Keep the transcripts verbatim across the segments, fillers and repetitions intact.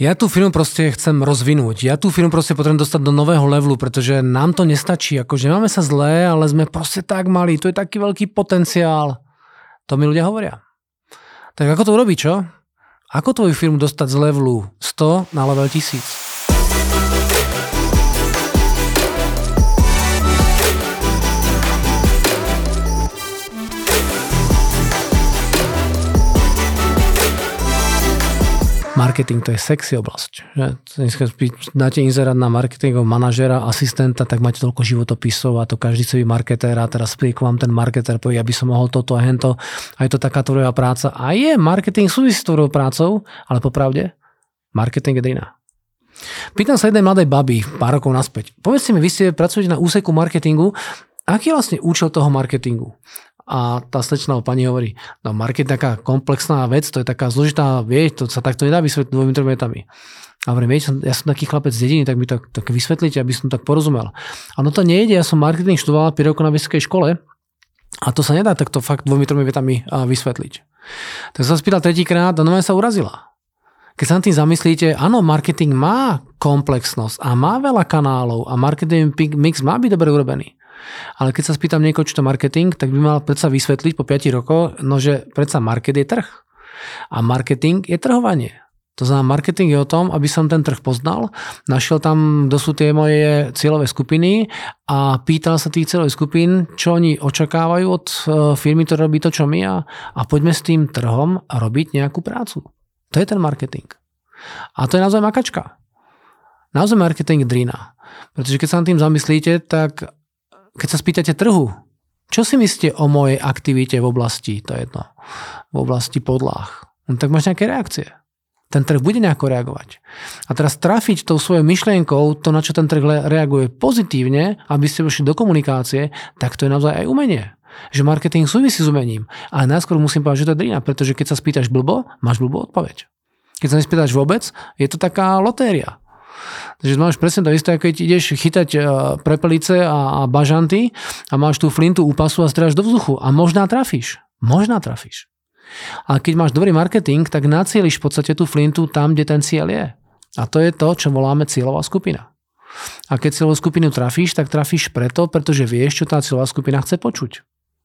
Ja tú firmu proste chcem rozvinúť. Ja tú firmu proste potrebujem dostať do nového levelu, pretože nám to nestačí. Akože máme sa zlé, ale sme proste tak malí. To je taký veľký potenciál. To mi ľudia hovoria. Tak ako to urobiť, čo? Ako tvoju firmu dostať z levelu sto na level tisíc? Marketing, to je sexy oblasť. Že? Dneska dáte inzerát na marketingového manažera, asistenta, tak máte toľko životopisov a to každý chce byť marketér a teraz príde k vám ten marketér, povie, aby som mohol toto a hento. A je to taká tvorová práca. A je, marketing súvisí s tvorovou prácou, ale popravde, marketing je drina. Pýtam sa jednej mladej baby pár rokov naspäť. Povedzte mi, vy ste pracujete na úseku marketingu, aký je vlastne účel toho marketingu? A tá slečná pani hovorí, no marketing je taká komplexná vec, to je taká zložitá vec, to sa takto nedá vysvetliť dvomi tromi vetami. A hovorím, viete, ja som taký chlapec z dediny, tak mi to tak vysvetlíte, aby som tak porozumel. A no to nejde, ja som marketing študoval päť rokov na vysokej škole a to sa nedá takto fakt dvomi tromi vetami vysvetliť. Tak som sa spýtal tretíkrát a nová sa urazila. Keď sa na tým zamyslíte, áno, marketing má komplexnosť a má veľa kanálov a marketing mix má byť dobre urobený. Ale keď sa spýtam niekoho, čo to marketing, tak by mal predsa vysvetliť po piatich rokoch, no že predsa market je trh. A marketing je trhovanie. To znamená, marketing je o tom, aby som ten trh poznal, našiel tam, kto sú tie moje cieľové skupiny a pýtal sa tých cieľových skupín, čo oni očakávajú od firmy, ktorá robí to, čo my a, a poďme s tým trhom robiť nejakú prácu. To je ten marketing. A to je naozaj makačka. Naozaj marketing je drina. Pretože keď sa nad tým zamyslíte, tak keď sa spýtate trhu, čo si myslíte o mojej aktivite v oblasti, to je jedno, v oblasti podláh, no, tak máš nejaké reakcie. Ten trh bude nejako reagovať. A teraz trafiť tou svojou myšlienkou to, na čo ten trh reaguje pozitívne, aby ste vošli do komunikácie, tak to je naozaj aj umenie. Že marketing súvisí s umením. Ale najskôr musím povedať, že to je drina, pretože keď sa spýtaš blbo, máš blbú odpoveď. Keď sa nespýtaš vôbec, je to taká lotéria. Takže máš presne to isté, ako keď ideš chytať prepelice a, a bažanty a máš tú flintu u pasu a strieľaš do vzduchu a možná trafíš. Možná trafíš. Ale keď máš dobrý marketing, tak nacieliš v podstate tú flintu tam, kde ten cieľ je. A to je to, čo voláme cieľová skupina. A keď cieľovú skupinu trafíš, tak trafíš preto, pretože vieš, čo tá cieľová skupina chce počuť.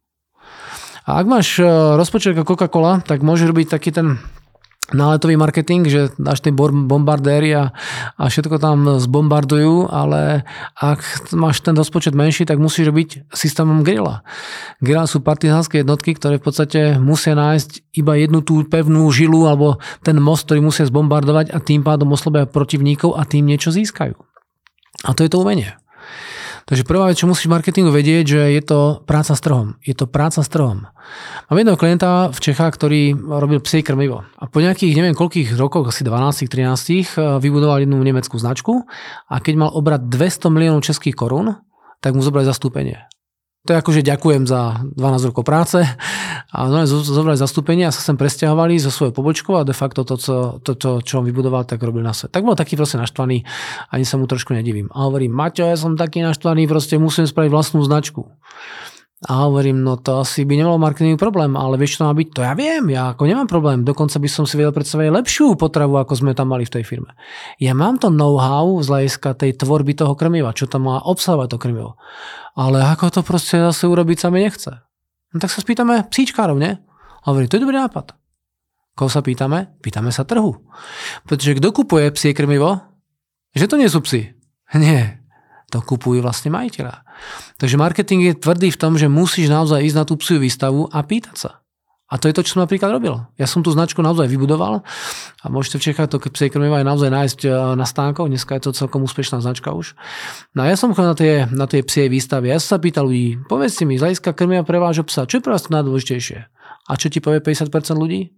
A ak máš rozpočet ako Coca-Cola, tak môžeš robiť taký ten náletový marketing, že dáš tie bombardéry a, a všetko tam zbombardujú, ale ak máš ten rozpočet menší, tak musíš robiť systémom guerilla. Guerilla sú partizánske jednotky, ktoré v podstate musia nájsť iba jednu tú pevnú žilu alebo ten most, ktorý musia zbombardovať a tým pádom oslobia protivníkov a tým niečo získajú. A to je to umenie. Takže prvá vec, čo musíš v marketingu vedieť, že je to práca s trhom. Je to práca s trhom. Mám jedného klienta v Čechách, ktorý robil psie krmivo. A po nejakých, neviem koľkých rokoch, asi dvanásť trinásť, vybudoval jednu nemeckú značku a keď mal obrat dvesto miliónov českých korún, tak mu zobrali zastúpenie. To je akože ďakujem za dvanásť rokov práce a zobrali zastúpenie a sa sem presťahovali so svojou pobočkou a de facto to, čo, to, to, čo on vybudoval, tak robil na svet. Tak bol taký proste naštvaný, ani sa mu trošku nedivím. A hovorím, Maťo, ja som taký naštvaný, proste musím spraviť vlastnú značku. A hovorím, no to asi by nemal marketingový problém, ale vieš, čo to má byť? To ja viem, ja ako nemám problém. Dokonca by som si vedel predstaviť lepšiu potravu, ako sme tam mali v tej firme. Ja mám to know-how z hľadiska tej tvorby toho krmiva, čo tam má obsahovať to krmivo. Ale ako to proste zase urobiť sa mi nechce. No tak sa spýtame psíčkárov, nie? A hovorí, to je dobrý nápad. Koho sa pýtame? Pýtame sa trhu. Pretože kto kupuje psie krmivo? Že to nie sú psi. Nie. To kupujú vlastne majiteľa. Takže marketing je tvrdý v tom, že musíš naozaj ísť na tú psiu výstavu a pýtať sa. A to je to, čo som napríklad robil. Ja som tú značku naozaj vybudoval a môžete v Čechách to psie krmivo aj naozaj nájsť na stánkoch. Dneska je to celkom úspešná značka už. No a ja som chodil na tie, na tie psie výstavy. Ja som sa pýtal ľudí, povedzte mi, z hľadiska krmiva pre vášho psa, čo je pre vás to najdôležitejšie? A čo ti povie päťdesiat percent ľudí?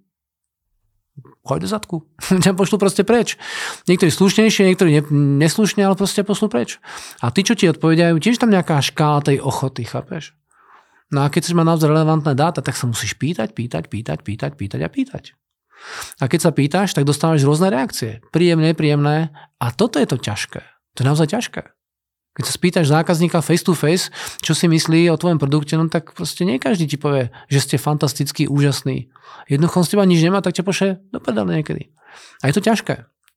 Choď do zadku. Ťa pošlú proste preč. Niektorí slušnejšie, niektorí neslušne, ale proste ťa pošlú preč. A tí, čo ti odpovedajú, tiež tam nejaká škála tej ochoty, chápeš? No a keď chceš mať naozaj relevantné dáta, tak sa musíš pýtať, pýtať, pýtať, pýtať, pýtať a pýtať. A keď sa pýtaš, tak dostávaš rôzne reakcie. Príjemné, príjemné. A toto je to ťažké. To je naozaj ťažké. Keď sa spýtaš zákazníka face to face, čo si myslí o tvojom produkte, no tak proste nie každý ti povie, že ste fantastický, úžasný. Jednoducho z teba nič nemá, tak ťa pošle do prdele niekedy. A je to ťažké.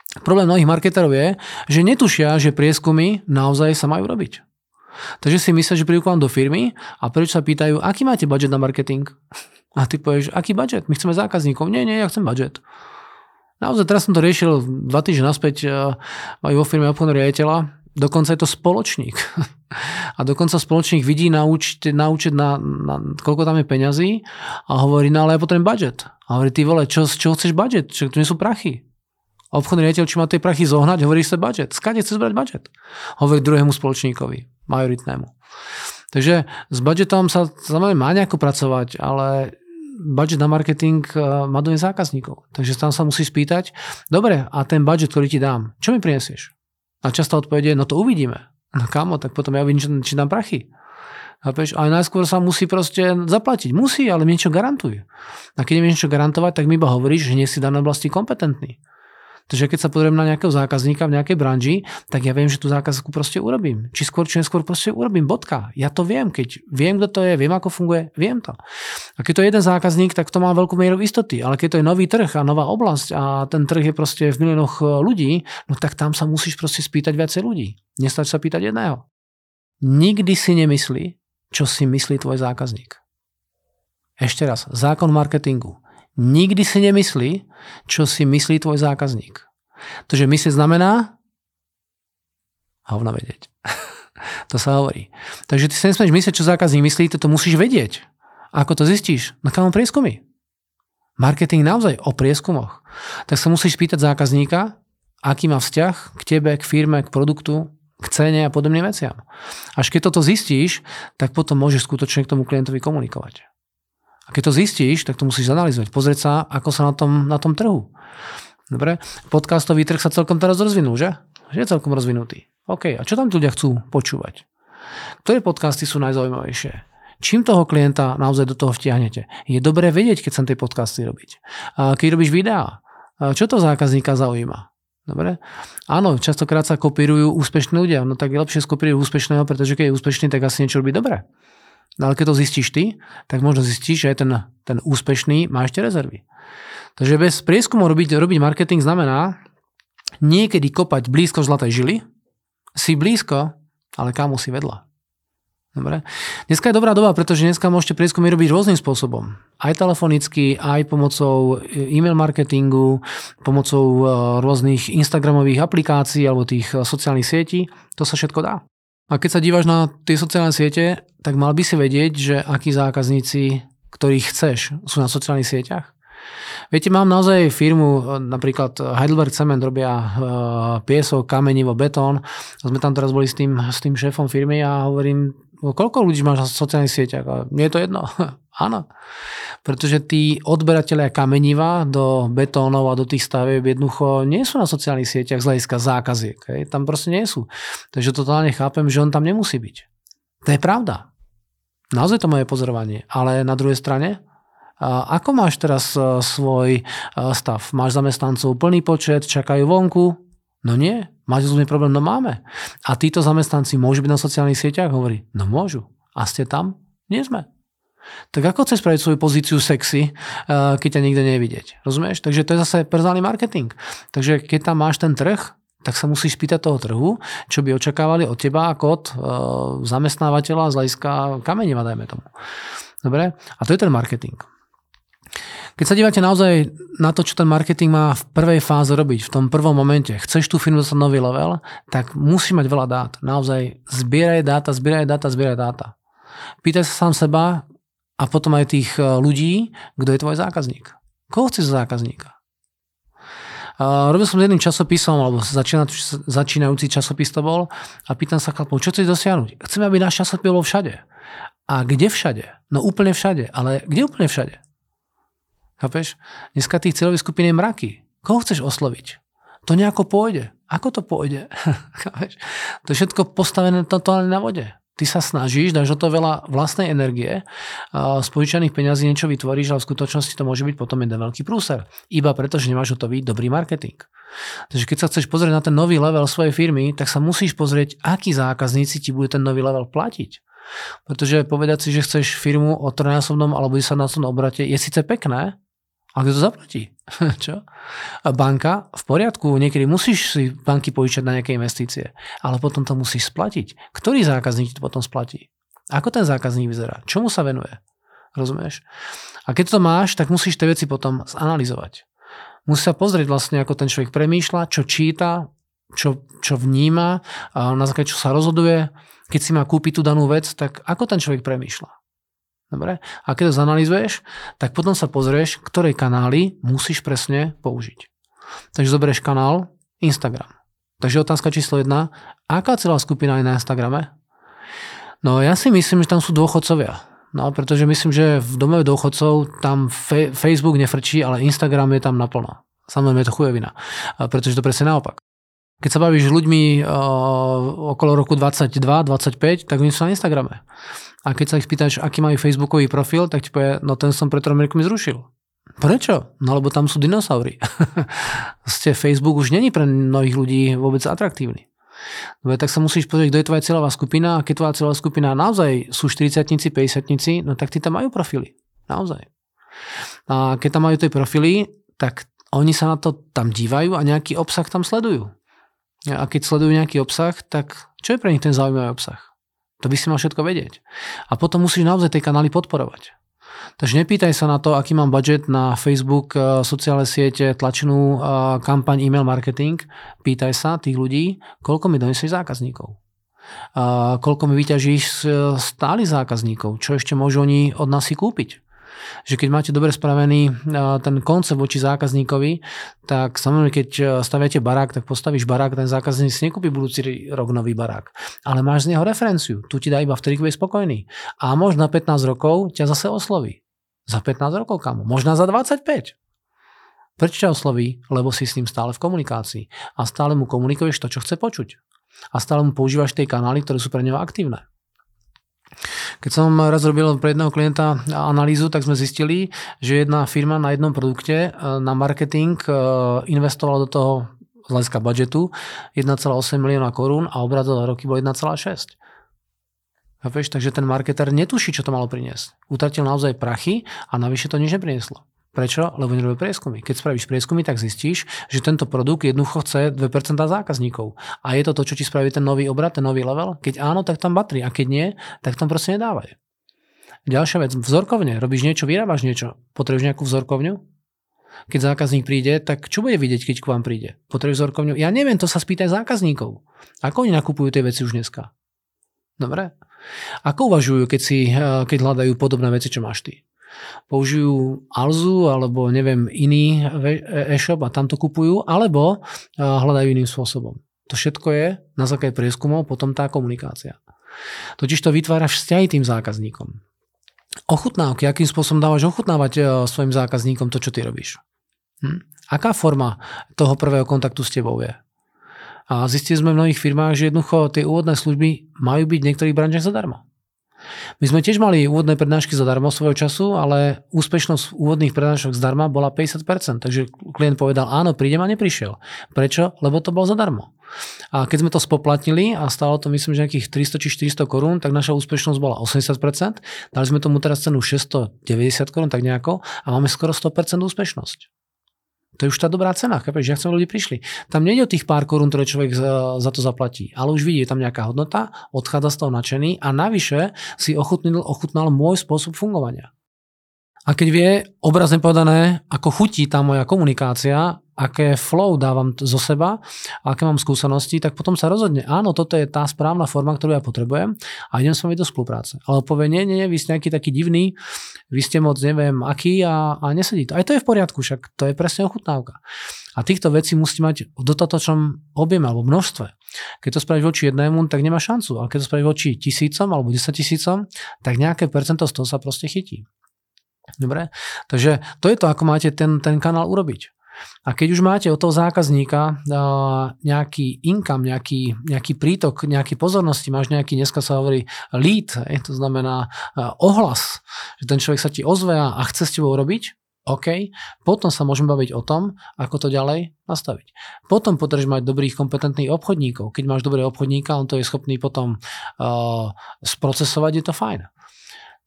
Problém mnohých marketerov je, že netušia, že prieskumy naozaj sa majú robiť. Takže si myslia, že prídu k vám do firmy a prečo sa pýtajú, aký máte budget na marketing? A ty povieš, aký budget? My chceme zákazníkov. Nie, nie, ja chcem budget. Naozaj, teraz som to riešil dva týždne naspäť aj vo firme obchodného riaditeľa. Dokonca je to spoločník. A dokonca spoločník vidí naučiť, naučiť na, na koľko tam je peňazí a hovorí, no ale ja potrebujem budget. A hovorí, ty vole, čo, čo chceš budget? Čo, to nie sú prachy. A obchodný riaditeľ, či má tie prachy zohnať, hovorí, že chce budget. Skade chce zbrať budget? Hovorí druhému spoločníkovi, majoritnému. Takže s budgetom sa samozrejme má nejako pracovať, ale budget na marketing má dojsť zákazníkov. Takže tam sa musí spýtať, dobre, a ten budget, ktorý ti dám, čo mi prinesieš? A často odpovede, no to uvidíme. No kámo, tak potom ja vidím, či dám prachy. Chápeš? Ale najskôr sa musí proste zaplatiť. Musí, ale mi niečo garantuj. A keď mi niečo garantovať, tak mi iba hovoríš, že nie si v danej oblasti kompetentný. Takže keď sa pozriem na nejakého zákazníka v nejakej branži, tak ja viem, že tú zákazku proste urobím. Či skôr, či neskôr proste urobím. Bodka. Ja to viem. Keď viem, kto to je, viem, ako funguje, viem to. A keď to je jeden zákazník, tak to má veľkú mieru istoty. Ale keď to je nový trh a nová oblasť a ten trh je proste v miliónoch ľudí, no tak tam sa musíš proste spýtať viacej ľudí. Nestačí sa pýtať jedného. Nikdy si nemyslí, čo si myslí tvoj zákazník. Ešte raz. Zákon marketingu. Nikdy si nemyslí, čo si myslí tvoj zákazník. To, že myslieť znamená hovno vedieť. To sa hovorí. Takže ty si nesmieš myslieť, čo zákazník myslí, to, to musíš vedieť. Ako to zistíš? Na kam prieskumy? Marketing naozaj o prieskumoch. Tak sa musíš pýtať zákazníka, aký má vzťah k tebe, k firme, k produktu, k cene a podobným veciam. Až keď toto zistíš, tak potom môžeš skutočne k tomu klientovi komunikovať. A keď to zistíš, tak to musíš analyzovať. Pozrieť sa, ako sa na tom, na tom trhu. Dobre? Podcastový trh sa celkom teraz rozvinul, že? Že je celkom rozvinutý. OK, a čo tam ľudia chcú počúvať? Ktoré podcasty sú najzaujímavejšie? Čím toho klienta naozaj do toho vtiahnete? Je dobré vedieť, keď chcem tie podcasty robiť. A keď robíš videá, čo to zákazníka zaujíma? Dobre? Áno, častokrát sa kopírujú úspešní ľudia. No tak je lepšie skopírujú úspešného, pretože keď je úspešný, tak asi niečo robí dobre. No ale keď to zistíš ty, tak možno zistíš, že aj ten, ten úspešný má ešte rezervy. Takže bez prieskumu robiť, robiť marketing znamená niekedy kopať blízko zlatej žily, si blízko, ale kámo si vedľa. Dobre? Dneska je dobrá doba, pretože dneska môžete prieskumy robiť rôznym spôsobom. Aj telefonicky, aj pomocou e-mail marketingu, pomocou rôznych Instagramových aplikácií alebo tých sociálnych sietí. To sa všetko dá. A keď sa dívaš na tie sociálne siete, tak mal by si vedieť, že akí zákazníci, ktorých chceš, sú na sociálnych sieťach. Viete, mám naozaj firmu, napríklad Heidelberg Cement, robia piesok, kamenivo, betón. Sme tam teraz boli s tým, s tým šéfom firmy a hovorím, koľko ľudí máš na sociálnych sieťach? A nie je to jedno. Áno. Pretože tí odberatelia kameniva do betónov a do tých stavieb jednoducho nie sú na sociálnych sieťach z hľadiska zákaziek. Hej. Tam proste nie sú. Takže totálne chápem, že on tam nemusí byť. To je pravda. Naozaj to moje pozorovanie. Ale na druhej strane, ako máš teraz svoj stav? Máš zamestnancov plný počet, čakajú vonku? No nie. Máte s ľuďmi problém? No máme. A títo zamestnanci môžu byť na sociálnych sieťach? Hovorí, no môžu. A ste tam? Nie sme. Tak ako chceš spraviť svoju pozíciu sexy, keď ťa nikto nie je vidieť? Rozumieš? Takže to je zase personálny marketing. Takže keď tam máš ten trh, tak sa musíš spýtať toho trhu, čo by očakávali od teba ako od zamestnávateľa z hľadiska kameniva, dajme tomu. Dobre? A to je ten marketing. Keď sa dívate naozaj na to, čo ten marketing má v prvej fáze robiť, v tom prvom momente, chceš tú firmu dostať nový level, tak musí mať veľa dát. Naozaj zbieraj dáta, zbieraj dáta, zbieraj dáta. Pýtaj sa sám seba a potom aj tých ľudí, kto je tvoj zákazník. Koho chceš za zákazníka? Uh, robil som s jedným časopisom, alebo začína, začínajúci časopis to bol a pýtam sa chlapov, čo chceš dosiahnuť? Chceme, aby náš časopis bol všade. A kde všade? No úplne všade. Ale kde úplne všade? Chápeš? Dneska tých cieľových skupín je mraky. Koho chceš osloviť? To nejako pôjde. Ako to pôjde? Chápeš? To je všetko postavené totálne na vode. Ty sa snažíš, dáš o to veľa vlastnej energie, z požičaných peňazí niečo vytvoríš, ale v skutočnosti to môže byť potom jeden veľký prúser. Iba preto, že nemáš hotový dobrý marketing. Takže keď sa chceš pozrieť na ten nový level svojej firmy, tak sa musíš pozrieť, akí zákazníci ti budú ten nový level platiť. Pretože povedať si, že chceš firmu o trojnásobnom alebo desaťnásobnom obrate je síce pekné, A kto to zaplatí? Čo? A banka, v poriadku, niekedy musíš si banky požičať na nejaké investície, ale potom to musíš splatiť. Ktorý zákazník to potom splatí? Ako ten zákazník vyzerá? Čomu sa venuje? Rozumieš? A keď to máš, tak musíš tie veci potom zanalizovať. Musíš sa pozrieť vlastne, ako ten človek premýšľa, čo číta, čo, čo vníma, na základe čo sa rozhoduje. Keď si má kúpiť tú danú vec, tak ako ten človek premýšľa? Dobre? A keď to zanalizuješ, tak potom sa pozrieš, ktoré kanály musíš presne použiť. Takže zoberieš kanál Instagram. Takže otázka číslo jedna. Aká celá skupina je na Instagrame? No ja si myslím, že tam sú dôchodcovia. No pretože myslím, že v domove dôchodcov tam fe- Facebook nefrčí, ale Instagram je tam naplno. Samozrejme je to chujovina. Pretože to presne naopak. Keď sa bavíš s ľuďmi uh, okolo roku dvadsaťdva dvadsaťpäť, tak oni sú na Instagrame. A keď sa ich spýtaš, aký majú Facebookový profil, tak ti povie, no ten som pred tromi rokmi zrušil. Prečo? No lebo tam sú dinosaury. Ste Facebook už není pre mnohých ľudí vôbec atraktívny. Dobre, tak sa musíš pozrieť, kto je tvoja cieľová skupina, a keď tvoja cieľová skupina naozaj sú štyridsiatnici, päťdesiatnici, no tak tí tam majú profily. Naozaj. A keď tam majú tie profily, tak oni sa na to tam dívajú a nejaký obsah tam sledujú. A keď sledujú nejaký obsah, tak čo je pre nich ten zaujímavý obsah? To by si mal všetko vedieť. A potom musíš naozaj tie kanály podporovať. Takže nepýtaj sa na to, aký mám budget na Facebook, sociálne siete, tlačenú kampaň, e-mail marketing. Pýtaj sa tých ľudí, koľko mi donesieš zákazníkov. Koľko mi vyťažíš stálych zákazníkov. Čo ešte môžu oni od nás si kúpiť. Že keď máte dobre spravený ten koncept voči zákazníkovi, tak samozrejme, keď staviate barák, tak postavíš barák, ten zákazník si nekúpi budúci rok nový barák. Ale máš z neho referenciu. Tu ti dá iba vtedy, keď je spokojný. A možno na pätnásť rokov ťa zase osloví. Za pätnásť rokov, kamo. Možno za dvadsaťpäť. Prečo ťa osloví? Lebo si s ním stále v komunikácii. A stále mu komunikuješ to, čo chce počuť. A stále mu používaš tie kanály, ktoré sú pre neho aktívne. Keď som raz robil pre jedného klienta analýzu, tak sme zistili, že jedna firma na jednom produkte na marketing investovala do toho z hľadiska budžetu jeden celá osem milióna korún a obrat za roky bol jeden celá šesť. Chápeš? Takže ten marketer netuší, čo to malo priniesť. Utratil naozaj prachy a navyše to nič neprinieslo. Prečo? Lebo nerobí prieskumy. Keď spravíš prieskumy, tak zistíš, že tento produkt jednoducho chce dve percentá zákazníkov. A je to to, čo ti spraví ten nový obrat, ten nový level? Keď áno, tak tam patrí. A keď nie, tak tam proste nedávaj. Ďalšia vec, vzorkovne. Robíš niečo, vyrábaš niečo. Potrebuješ nejakú vzorkovňu? Keď zákazník príde, tak čo bude vidieť, keď k vám príde? Potrebuješ vzorkovňu? Ja neviem, to sa spýtaj zákazníkov. Ako oni nakupujú tie veci už dneska? Dobre? Ako uvažujú, keď, si, keď hľadajú podobné veci, čo máš ty? Použijú Alzu alebo neviem iný e-shop a tam to kupujú, alebo hľadajú iným spôsobom. To všetko je na základe prieskumov potom tá komunikácia. Totiž to vytváraš vzťahy tým zákazníkom. Ochutnávky, akým spôsobom dávaš ochutnávať svojim zákazníkom to, čo ty robíš. Hm? Aká forma toho prvého kontaktu s tebou je? A zistili sme v mnohých firmách, že jednoducho tie úvodné služby majú byť v niektorých branžiach zadarmo. My sme tiež mali úvodné prednášky zadarmo svojho času, ale úspešnosť úvodných prednášok zdarma bola päťdesiat percent. Takže klient povedal, áno, prídem a neprišiel. Prečo? Lebo to bolo zadarmo. A keď sme to spoplatnili a stálo to myslím, že nejakých tristo či štyristo korún, tak naša úspešnosť bola osemdesiat percent. Dali sme tomu teraz cenu šesťstodeväťdesiat korún, tak nejako, a máme skoro sto percent úspešnosť. To je už tá dobrá cena, chápeš, že chcem ľudí prišli. Tam nejde o tých pár korún, ktoré človek za, za to zaplatí, ale už vidí, je tam nejaká hodnota, odchádza z toho nadšený a navyše si ochutnal, ochutnal môj spôsob fungovania. A keď vie, obrazne povedané, ako chutí tá moja komunikácia, aké flow dávam zo seba, aké mám skúsenosti, tak potom sa rozhodne, áno, toto je tá správna forma, ktorú ja potrebujem a idem s vami do spolupráce. Ale povie, nie, nie, vy ste nejaký taký divný, vy ste moc neviem aký a, a nesedí to. Aj to je v poriadku, však to je presne ochutnávka. A týchto vecí musí mať v dostatočnom objeme alebo množstve. Keď to spravíš voči jednému, tak nemá šancu, ale keď to spravíš voči tisícom alebo desaťtisícom, tak nejaké percento z toho sa proste chytí. Dobre? Takže to je to, ako máte ten, ten kanál urobiť. A keď už máte od toho zákazníka nejaký income, nejaký, nejaký prítok, nejaký pozornosti, máš nejaký, dneska sa hovorí lead, to znamená ohlas, že ten človek sa ti ozve a chce s tebou robiť, OK, potom sa môžeme baviť o tom, ako to ďalej nastaviť. Potom potrebuješ mať dobrých, kompetentných obchodníkov. Keď máš dobrého obchodníka, on to je schopný potom uh, sprocesovať, je to fajn.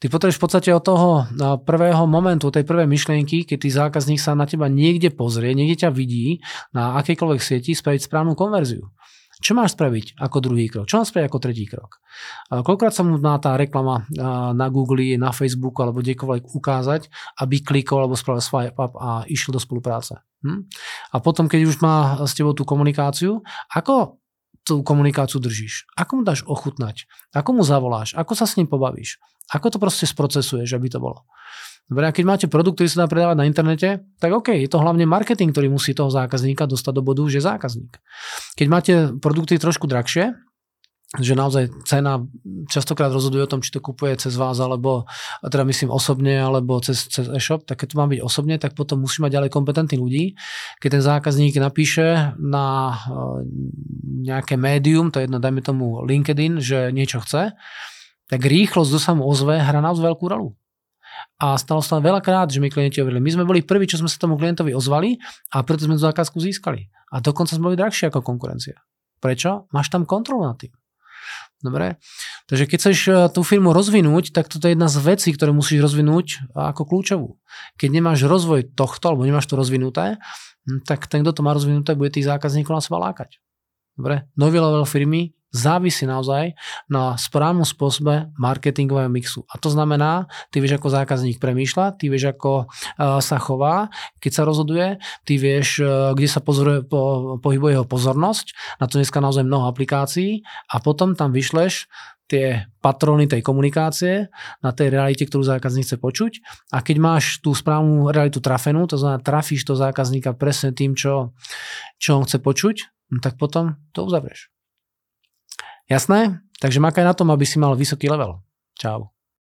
Ty potrebuješ v podstate od toho prvého momentu, tej prvej myšlienky, keď tý zákazník sa na teba niekde pozrie, niekde ťa vidí, na akejkoľvek sieti, spraviť správnu konverziu. Čo máš spraviť ako druhý krok? Čo máš spraviť ako tretí krok? Koľkokrát sa mu dá tá reklama na Google, na Facebooku alebo kdekoľvek ukázať, aby klikol alebo spravil swipe up a išiel do spolupráce. Hm? A potom, keď už má s tebou tú komunikáciu, ako tú komunikáciu držíš? Ako mu dáš ochutnať? Ako mu zavoláš? Ako sa s ním pobavíš? Ako to proste sprocesuješ, aby to bolo? Dobre, a keď máte produkt, ktorý sa dá predávať na internete, tak OK, je to hlavne marketing, ktorý musí toho zákazníka dostať do bodu, že je zákazník. Keď máte produkty trošku drahšie, že naozaj cena častokrát rozhoduje o tom, či to kupuje cez vás, alebo teda myslím osobne, alebo cez, cez e-shop, tak keď to má byť osobne, tak potom musí mať ďalej kompetentní ľudí. Keď ten zákazník napíše na nejaké médium, to je jedno, dajme tomu LinkedIn, že niečo chce, tak rýchlosť, kto sa mu ozve, hrá naozaj veľkú rolu. A stalo sa veľakrát, že my klienti hovorili, my sme boli prví, čo sme sa tomu klientovi ozvali a preto sme tú zákazku získali. A dokonca sme boli drahšie ako konkurencia. Prečo? Máš tam kontrolu nad tým. Dobre? Takže keď chceš tú firmu rozvinúť, tak toto je jedna z vecí, ktoré musíš rozvinúť ako kľúčovú. Keď nemáš rozvoj tohto, alebo nemáš to rozvinuté, tak ten, kto to má rozvinuté, bude tých zákazníkov na seba lákať. Dobre? Nový level firmy závisí naozaj na správnom spôsobe marketingového mixu. A to znamená, ty vieš, ako zákazník premýšľa, ty vieš, ako uh, sa chová, keď sa rozhoduje, ty vieš, uh, kde sa pozoruje, po, pohybuje jeho pozornosť, na to dneska naozaj mnoho aplikácií a potom tam vyšleš tie patróny tej komunikácie na tej realite, ktorú zákazník chce počuť. A keď máš tú správnu realitu trafenú, to znamená, trafíš to zákazníka presne tým, čo, čo on chce počuť, no tak potom to uzavrieš. Jasné? Takže makaj na tom, aby si mal vysoký level. Čau.